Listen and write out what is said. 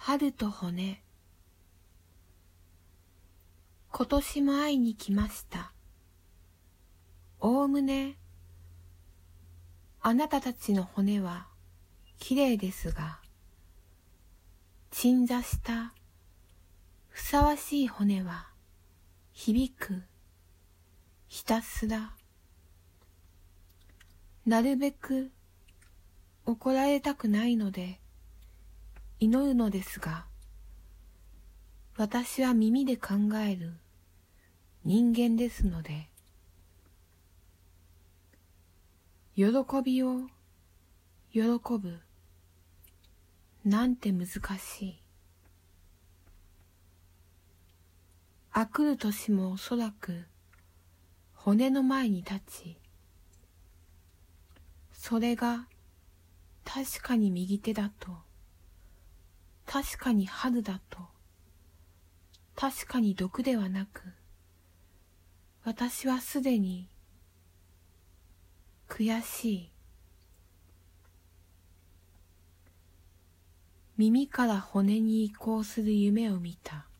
春と骨。今年も会いに来ました。おおむねあなたたちの骨はきれいですが、鎮座したふさわしい骨は響く、ひたすら。なるべく怒られたくないので祈るのですが、私は耳で考える人間ですので、喜びを喜ぶなんて難しい。あくる年もおそらく骨の前に立ち、それが確かに右手だと、確かに春だと、確かに毒ではなく、私はすでに悔しい。耳から骨に移行する夢を見た。